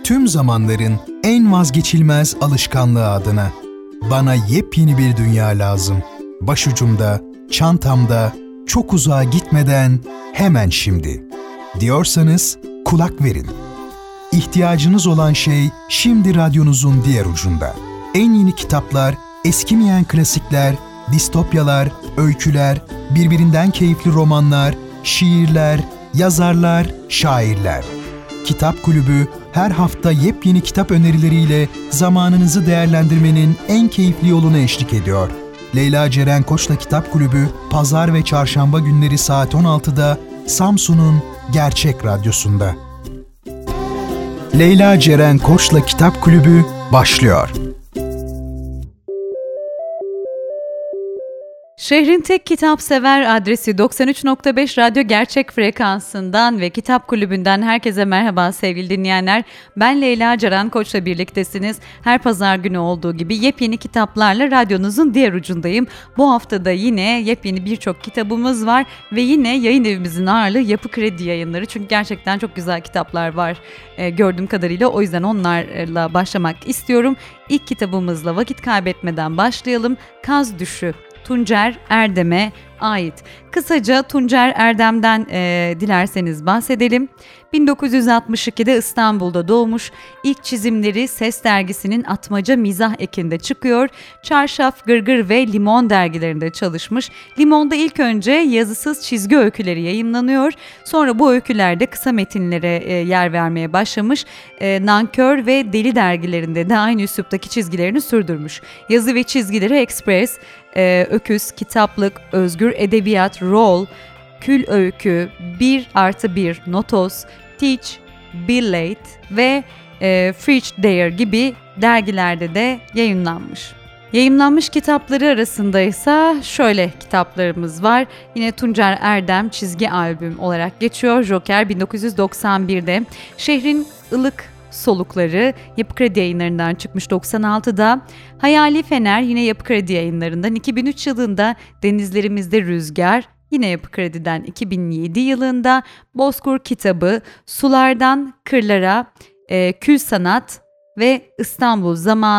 Tüm zamanların en vazgeçilmez alışkanlığı adına. Bana yepyeni bir dünya lazım. Başucumda, çantamda, çok uzağa gitmeden hemen şimdi. Diyorsanız kulak verin. İhtiyacınız olan şey şimdi radyonuzun diğer ucunda. En yeni kitaplar, eskimeyen klasikler, distopyalar, öyküler, birbirinden keyifli romanlar, şiirler, yazarlar, şairler. Kitap Kulübü her hafta yepyeni kitap önerileriyle zamanınızı değerlendirmenin en keyifli yoluna eşlik ediyor. Leyla Ceren Koç'la Kitap Kulübü, Pazar ve Çarşamba günleri saat 16'da Samsun'un Gerçek Radyosu'nda. Leyla Ceren Koç'la Kitap Kulübü başlıyor. Şehrin tek kitapsever adresi 93.5 Radyo Gerçek frekansından ve Kitap Kulübü'nden herkese merhaba sevgili dinleyenler. Ben Leyla Ceren Koç'la birliktesiniz. Her pazar günü olduğu gibi yepyeni kitaplarla radyonuzun diğer ucundayım. Bu hafta da yine yepyeni birçok kitabımız var ve yine yayın evimizin ağırlığı Yapı Kredi Yayınları. Çünkü gerçekten çok güzel kitaplar var gördüğüm kadarıyla. O yüzden onlarla başlamak istiyorum. İlk kitabımızla vakit kaybetmeden başlayalım. Kaz Düşü. Tuncer Erdem'e ait. Kısaca Tuncer Erdem'den dilerseniz bahsedelim. 1962'de İstanbul'da doğmuş. İlk çizimleri Ses dergisinin Atmaca Mizah ekinde çıkıyor. Çarşaf, Gırgır ve Limon dergilerinde çalışmış. Limon'da ilk önce yazısız çizgi öyküleri yayımlanıyor. Sonra bu öykülerde kısa metinlere yer vermeye başlamış. Nankör ve Deli dergilerinde de aynı üsluptaki çizgilerini sürdürmüş. Yazı ve çizgileri Express, Öküz, Kitaplık, Özgür Edebiyat, Roll, Kül Öykü, 1+1, Notos, Teach, Billate ve Frigidaire gibi dergilerde de yayınlanmış. Yayımlanmış kitapları arasında ise şöyle kitaplarımız var. Yine Tuncer Erdem çizgi albüm olarak geçiyor. Joker 1991'de. Şehrin ılık solukları Yapı Kredi Yayınlarından çıkmış 96'da. Hayali Fener yine Yapı Kredi Yayınlarından. 2003 yılında Denizlerimizde Rüzgar yine Yapı Kredi'den. 2007 yılında Bozkır Kitabı, Sulardan Kırlara, Kül Sanat ve İstanbul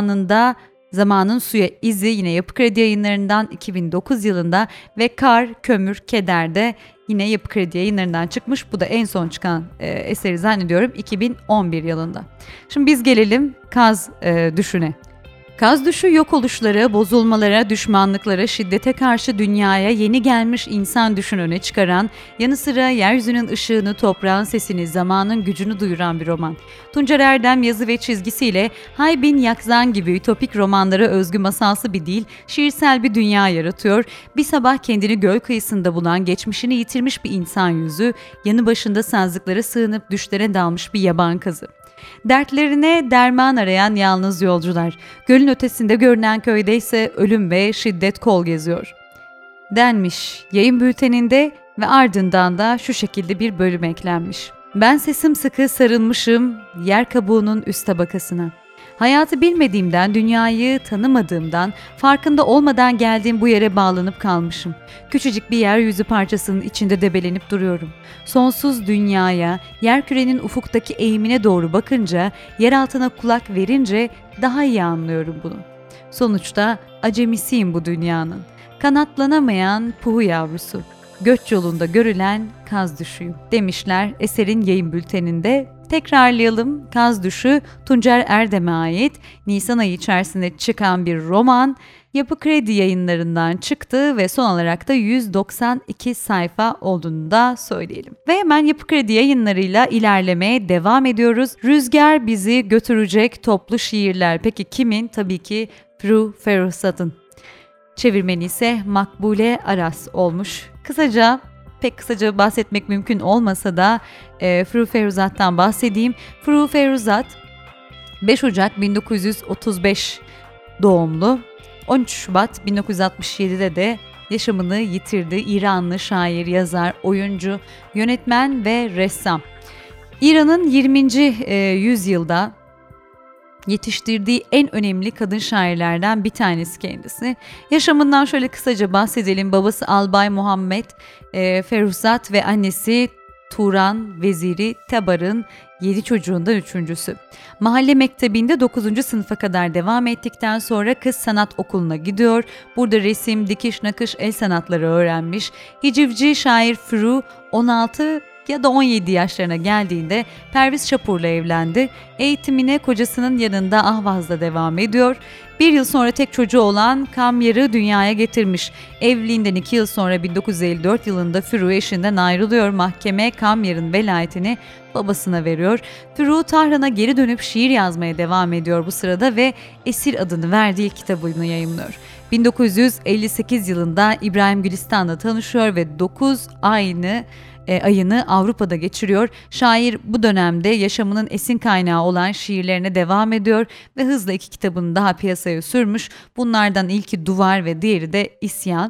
Zamanın Suya İzi yine Yapı Kredi Yayınlarından 2009 yılında ve Kar, Kömür, Keder'de yine Yapı Kredi Yayınlarından çıkmış. Bu da en son çıkan eseri zannediyorum 2011 yılında. Şimdi biz gelelim Kaz Düşü'ne. Kaz Düşü yok oluşlara, bozulmalara, düşmanlıklara, şiddete karşı dünyaya yeni gelmiş insan düşün öne çıkaran, yanı sıra yeryüzünün ışığını, toprağın sesini, zamanın gücünü duyuran bir roman. Tuncer Erdem yazı ve çizgisiyle Haybin Yakzan gibi ütopik romanlara özgü masalsı bir dil, şiirsel bir dünya yaratıyor. Bir sabah kendini göl kıyısında bulan, geçmişini yitirmiş bir insan yüzü, yanı başında sazlıklara sığınıp düşlere dalmış bir yaban kazı. Dertlerine derman arayan yalnız yolcular. Gölün ötesinde görünen köyde ise ölüm ve şiddet kol geziyor. Denmiş yayın bülteninde ve ardından da şu şekilde bir bölüm eklenmiş. Ben sesim sıkı sarılmışım yer kabuğunun üst tabakasına. Hayatı bilmediğimden, dünyayı tanımadığımdan, farkında olmadan geldiğim bu yere bağlanıp kalmışım. Küçücük bir yeryüzü parçasının içinde debelenip duruyorum. Sonsuz dünyaya, yerkürenin ufuktaki eğimine doğru bakınca, yer altına kulak verince daha iyi anlıyorum bunu. Sonuçta acemisiyim bu dünyanın. Kanatlanamayan puhu yavrusu. Göç yolunda görülen kaz düşüyüm demişler eserin yayın bülteninde. Tekrarlayalım. Kaz Düşü Tuncer Erdem'e ait Nisan ayı içerisinde çıkan bir roman. Yapı Kredi Yayınlarından çıktı ve son olarak da 192 sayfa olduğunu da söyleyelim. Ve hemen Yapı Kredi Yayınlarıyla ilerlemeye devam ediyoruz. Rüzgar bizi götürecek toplu şiirler. Peki kimin? Tabii ki Fru Ferruhsat'ın. Çevirmeni ise Makbule Aras olmuş. Pek kısaca bahsetmek mümkün olmasa da Fru Ferruhsat'tan bahsedeyim. Fru Ferruhsat 5 Ocak 1935 doğumlu. 13 Şubat 1967'de de yaşamını yitirdi. İranlı şair, yazar, oyuncu, yönetmen ve ressam. İran'ın 20. yüzyılda yetiştirdiği en önemli kadın şairlerden bir tanesi kendisi. Yaşamından şöyle kısaca bahsedelim. Babası Albay Muhammed Ferruhsat ve annesi Turan Veziri Tabar'ın 7 çocuğundan üçüncüsü. Mahalle mektebinde 9. sınıfa kadar devam ettikten sonra kız sanat okuluna gidiyor. Burada resim, dikiş, nakış, el sanatları öğrenmiş. Hicivci şair Furu 16 ya da 17 yaşlarına geldiğinde Perviz Çapur'la evlendi. Eğitimine kocasının yanında Ahvaz'da devam ediyor. Bir yıl sonra tek çocuğu olan Kamyar'ı dünyaya getirmiş. Evliliğinden 2 yıl sonra 1954 yılında Furu eşinden ayrılıyor. Mahkeme Kamyar'ın velayetini babasına veriyor. Furu Tahran'a geri dönüp şiir yazmaya devam ediyor bu sırada ve Esir adını verdiği kitabını yayımlıyor. 1958 yılında İbrahim Gülistan'la tanışıyor ve 9 ayını Avrupa'da geçiriyor. Şair bu dönemde yaşamının esin kaynağı olan şiirlerine devam ediyor ve hızla 2 kitabını daha piyasaya sürmüş. Bunlardan ilki Duvar ve diğeri de İsyan.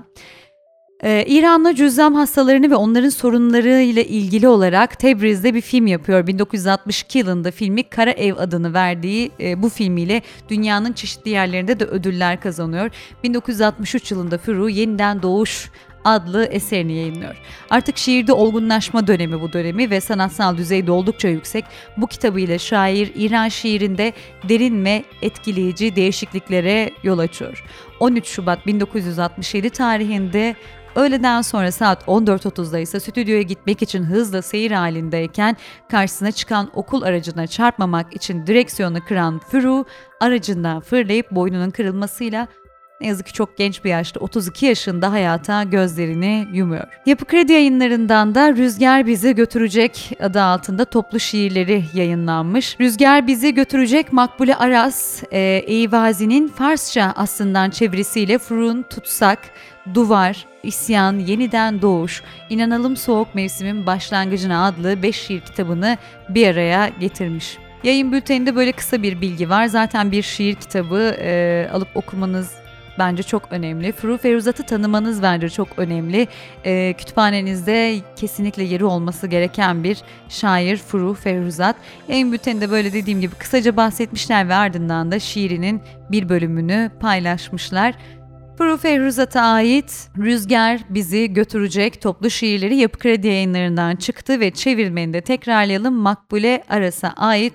İranlı cüzzam hastalarını ve onların sorunları ile ilgili olarak Tebriz'de bir film yapıyor. 1962 yılında filmi Kara Ev adını verdiği bu filmiyle dünyanın çeşitli yerlerinde de ödüller kazanıyor. 1963 yılında Furu Yeniden Doğuş adlı eserini yayınlıyor. Artık şiirde olgunlaşma dönemi bu dönemi ve sanatsal düzey de oldukça yüksek. Bu kitabıyla şair İran şiirinde derin ve etkileyici değişikliklere yol açıyor. 13 Şubat 1967 tarihinde öğleden sonra saat 14.30'da ise stüdyoya gitmek için hızla seyir halindeyken karşısına çıkan okul aracına çarpmamak için direksiyonu kıran Furu aracından fırlayıp boynunun kırılmasıyla ne yazık ki çok genç bir yaşta 32 yaşında hayata gözlerini yumuyor. Yapı Kredi Yayınları'ndan da Rüzgar Bizi Götürecek adı altında toplu şiirleri yayınlanmış. Rüzgar Bizi Götürecek Makbule Aras, Eyvazi'nin Farsça aslından çevirisiyle Furu'nun Tutsak, Duvar, İsyan, Yeniden Doğuş, İnanalım Soğuk Mevsimin Başlangıcına adlı 5 şiir kitabını bir araya getirmiş. Yayın bülteninde böyle kısa bir bilgi var. Zaten bir şiir kitabı alıp okumanız bence çok önemli. Furu Feruzat'ı tanımanız bence çok önemli. Kütüphanenizde kesinlikle yeri olması gereken bir şair Furu Feruzat. Yayın bülteninde böyle dediğim gibi kısaca bahsetmişler ve ardından da şiirinin bir bölümünü paylaşmışlar. Furu Feruzat'a ait Rüzgar Bizi Götürecek toplu şiirleri Yapı Kredi Yayınları'ndan çıktı ve çevirmeni de tekrarlayalım Makbule Aras'a ait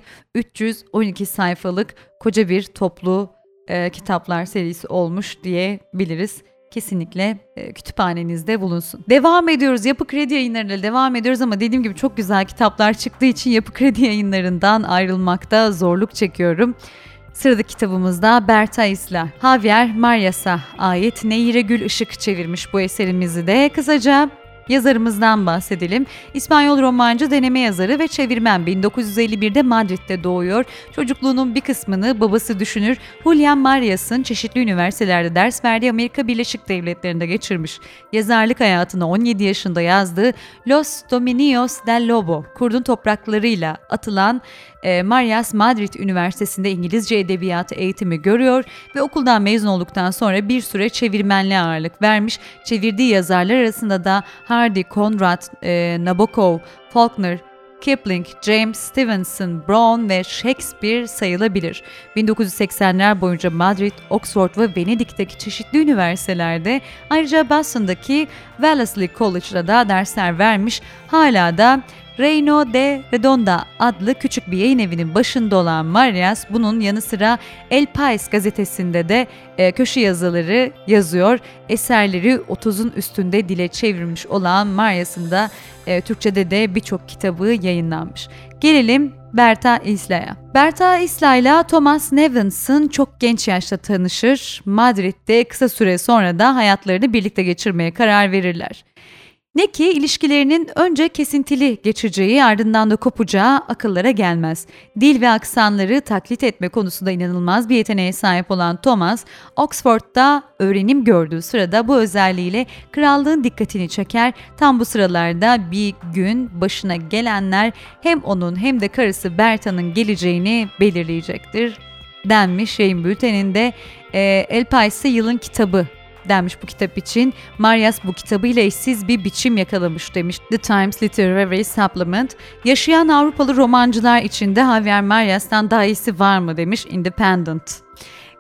312 sayfalık koca bir toplu kitaplar serisi olmuş diyebiliriz. Kesinlikle kütüphanenizde bulunsun. Devam ediyoruz. Yapı Kredi Yayınları'yla devam ediyoruz ama dediğim gibi çok güzel kitaplar çıktığı için Yapı Kredi Yayınları'ndan ayrılmakta zorluk çekiyorum. Sıradaki kitabımızda Berta Isla, Javier Marias'a ait Nehire Gül Işık çevirmiş bu eserimizi de. Kısaca yazarımızdan bahsedelim. İspanyol romancı, deneme yazarı ve çevirmen. 1951'de Madrid'de doğuyor. Çocukluğunun bir kısmını babası düşünür Julián Marias'ın çeşitli üniversitelerde ders verdiği Amerika Birleşik Devletleri'nde geçirmiş. Yazarlık hayatını 17 yaşında yazdığı Los Dominios del Lobo, Kurdun Toprakları'yla atılan Marias Madrid Üniversitesi'nde İngilizce edebiyatı eğitimi görüyor ve okuldan mezun olduktan sonra bir süre çevirmenliğe ağırlık vermiş. Çevirdiği yazarlar arasında da Hardy, Conrad, Nabokov, Faulkner, Kipling, James Stevenson, Brown ve Shakespeare sayılabilir. 1980'ler boyunca Madrid, Oxford ve Venedik'teki çeşitli üniversitelerde, ayrıca Boston'daki Wellesley College'da da dersler vermiş. Hala da Reino de Redonda adlı küçük bir yayın evinin başında olan Marias, bunun yanı sıra El País gazetesinde de köşe yazıları yazıyor. Eserleri 30'un üstünde dile çevrilmiş olan Marias'ın da Türkçe'de de birçok kitabı yayınlanmış. Gelelim Berta Isla'ya. Berta Isla ile Thomas Nevinson çok genç yaşta tanışır. Madrid'de kısa süre sonra da hayatlarını birlikte geçirmeye karar verirler. Ne ki ilişkilerinin önce kesintili geçeceği, ardından da kopacağı akıllara gelmez. Dil ve aksanları taklit etme konusunda inanılmaz bir yeteneğe sahip olan Thomas, Oxford'da öğrenim gördüğü sırada bu özelliğiyle krallığın dikkatini çeker. Tam bu sıralarda bir gün başına gelenler hem onun hem de karısı Berta'nın geleceğini belirleyecektir denmiş yayın bülteninde. El País'te yılın kitabı denmiş bu kitap için. Marias bu kitabıyla eşsiz bir biçim yakalamış demiş The Times Literary Supplement. Yaşayan Avrupalı romancılar içinde Javier Marias'tan daha iyisi var mı demiş Independent.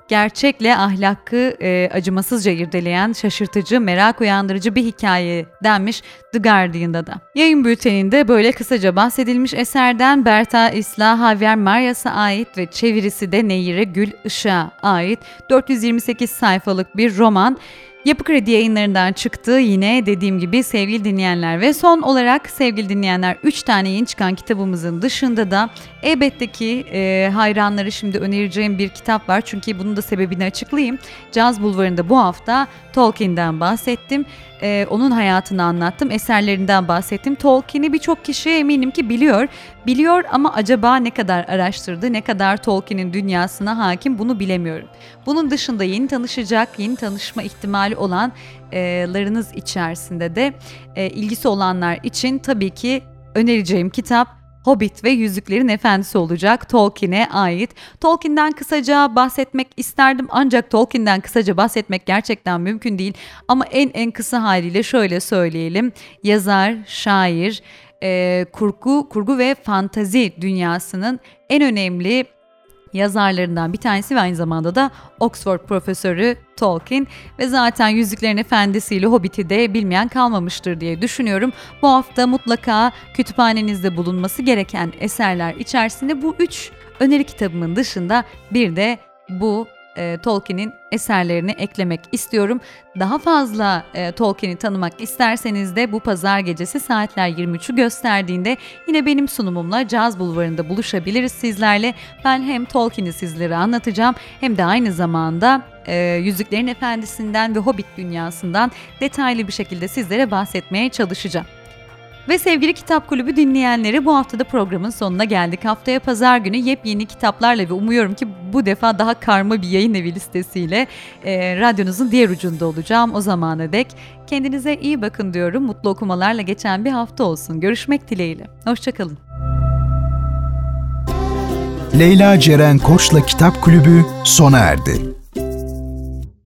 gerçekle ahlakı acımasızca irdeleyen, şaşırtıcı, merak uyandırıcı bir hikaye denmiş The Guardian'da da. Yayın bülteninde böyle kısaca bahsedilmiş eserden Berta Isla Javier Marias'a ait ve çevirisi de Nehire Gül Işık'a ait 428 sayfalık bir roman. Yapı Kredi Yayınları'ndan çıktı yine dediğim gibi sevgili dinleyenler. Ve son olarak sevgili dinleyenler 3 tane yeni çıkan kitabımızın dışında da elbette ki hayranları şimdi önereceğim bir kitap var. Çünkü bunun da sebebini açıklayayım. Caz Bulvarı'nda bu hafta Tolkien'den bahsettim. Onun hayatını anlattım, eserlerinden bahsettim. Tolkien'i birçok kişi eminim ki biliyor ama acaba ne kadar araştırdı, ne kadar Tolkien'in dünyasına hakim bunu bilemiyorum. Bunun dışında yeni tanışma ihtimali olanlarınız içerisinde de ilgisi olanlar için tabii ki önereceğim kitap Hobbit ve Yüzüklerin Efendisi olacak, Tolkien'e ait. Tolkien'den kısaca bahsetmek isterdim ancak Tolkien'den kısaca bahsetmek gerçekten mümkün değil. Ama en kısa haliyle şöyle söyleyelim. Yazar, şair, kurgu ve fantazi dünyasının en önemli yazarlarından bir tanesi ve aynı zamanda da Oxford profesörü Tolkien ve zaten Yüzüklerin Efendisi ile Hobbit'i de bilmeyen kalmamıştır diye düşünüyorum. Bu hafta mutlaka kütüphanenizde bulunması gereken eserler içerisinde bu 3 öneri kitabımın dışında bir de bu Tolkien'in eserlerini eklemek istiyorum. Daha fazla Tolkien'i tanımak isterseniz de bu pazar gecesi saatler 23'ü gösterdiğinde yine benim sunumumla Caz Bulvarı'nda buluşabiliriz sizlerle. Ben hem Tolkien'i sizlere anlatacağım hem de aynı zamanda Yüzüklerin Efendisi'nden ve Hobbit dünyasından detaylı bir şekilde sizlere bahsetmeye çalışacağım. Ve sevgili Kitap Kulübü dinleyenleri, bu haftada programın sonuna geldik. Haftaya pazar günü yepyeni kitaplarla ve umuyorum ki bu defa daha karma bir yayın evi listesiyle radyonuzun diğer ucunda olacağım. O zamana dek kendinize iyi bakın diyorum. Mutlu okumalarla geçen bir hafta olsun. Görüşmek dileğiyle. Hoşçakalın. Leyla Ceren Koç'la Kitap Kulübü sona erdi.